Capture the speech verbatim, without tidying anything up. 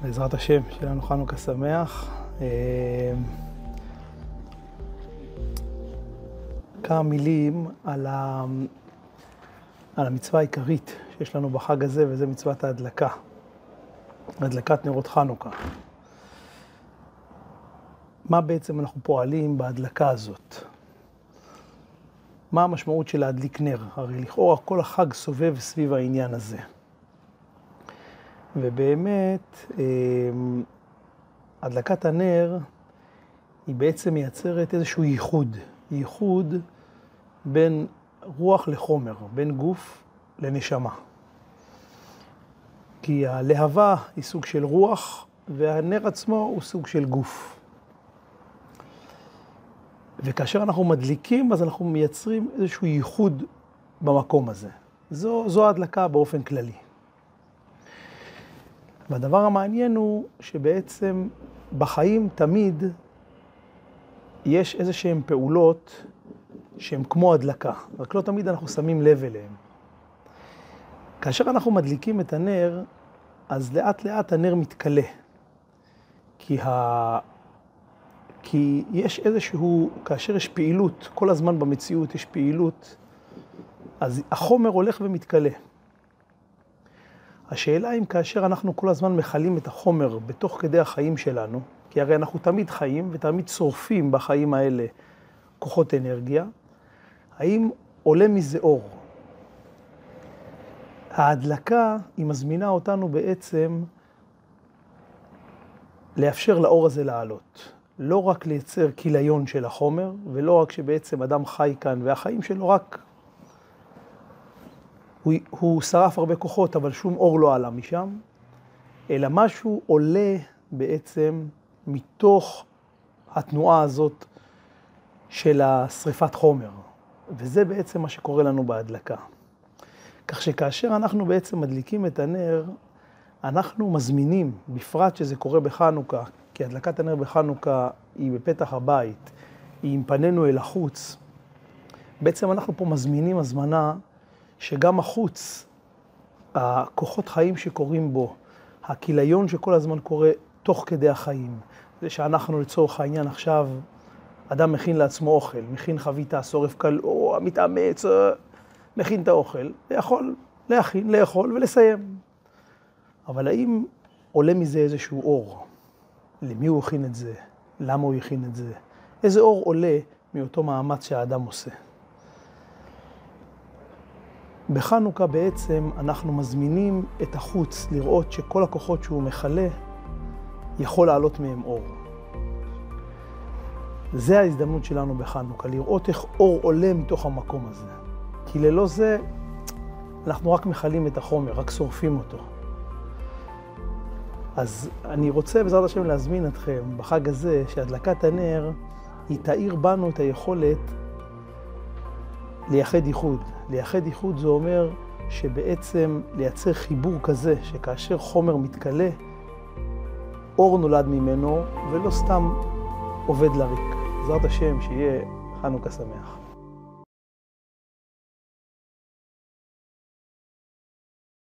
בעזרת השם, שיהיה לנו חנוכה שמח. כמה מילים על, ה... על המצווה העיקרית שיש לנו בחג הזה, וזה מצוות ההדלקה. הדלקת נרות חנוכה. מה בעצם אנחנו פועלים בהדלקה הזאת? מה המשמעות של להדליק נר? הרי לכאורה כל החג סובב סביב העניין הזה. ובאמת, הדלקת הנר היא בעצם מייצרת איזשהו ייחוד. ייחוד בין רוח לחומר, בין גוף לנשמה. כי הלהבה היא סוג של רוח, והנר עצמו הוא סוג של גוף. וכאשר אנחנו מדליקים, אז אנחנו מייצרים איזשהו ייחוד במקום הזה. זו, זו ההדלקה באופן כללי. והדבר המעניין הוא שבעצם בחיים תמיד יש איזשהן פעולות שהן כמו הדלקה, רק לא תמיד אנחנו שמים לב אליהן. כאשר אנחנו מדליקים את הנר, אז לאט לאט הנר מתקלה. כי, ה... כי יש איזשהו, כאשר יש פעילות, כל הזמן במציאות יש פעילות, אז החומר הולך ומתקלה. השאלה אם כאשר אנחנו כל הזמן מחלים את החומר בתוך כדי החיים שלנו, כי הרי אנחנו תמיד חיים ותמיד שורפים בחיים האלה כוחות אנרגיה, האם עולה מזה אור? ההדלקה היא מזמינה אותנו בעצם לאפשר לאור הזה לעלות. לא רק לייצר כיליון של החומר, ולא רק שבעצם אדם חי כאן והחיים שלו רק הוא, הוא שרף הרבה כוחות, אבל שום אור לא עלה משם, אלא משהו עולה בעצם מתוך התנועה הזאת של השריפת חומר. וזה בעצם מה שקורה לנו בהדלקה. כך שכאשר אנחנו בעצם מדליקים את הנר, אנחנו מזמינים, בפרט שזה קורה בחנוכה, כי הדלקת הנר בחנוכה היא בפתח הבית, היא עם פנינו אל החוץ. בעצם אנחנו פה מזמינים הזמנה שגם החוץ, הכוחות חיים שקורים בו, הכיליון שכל הזמן קורה תוך כדי החיים, זה שאנחנו לצורך העניין עכשיו, אדם מכין לעצמו אוכל, מכין חביתה, שורף קל, או מתאמץ, מכין את האוכל, ויכול להכין, לאכול ולסיים. אבל האם עולה מזה איזשהו אור? למי הוא הכין את זה? למה הוא הכין את זה? איזה אור עולה מאותו מאמץ שהאדם עושה? בחנוכה בעצם אנחנו מזמינים את החוץ לראות שכל הכוחות שהוא מכלה יכול לעלות מהם אור. זה ההזדמנות שלנו בחנוכה, לראות איך אור עולה מתוך המקום הזה. כי ללא זה אנחנו רק מכלים את החומר, רק שורפים אותו. אז אני רוצה בעזרת השם להזמין אתכם בחג הזה שהדלקת הנר היא תאיר בנו את היכולת לייחד ייחוד. לייחד ייחוד זה אומר שבעצם לייצר חיבור כזה שכאשר חומר מתקלה, אור נולד ממנו ולא סתם עובד לריק. בעזרת השם שיהיה חנוכה שמח.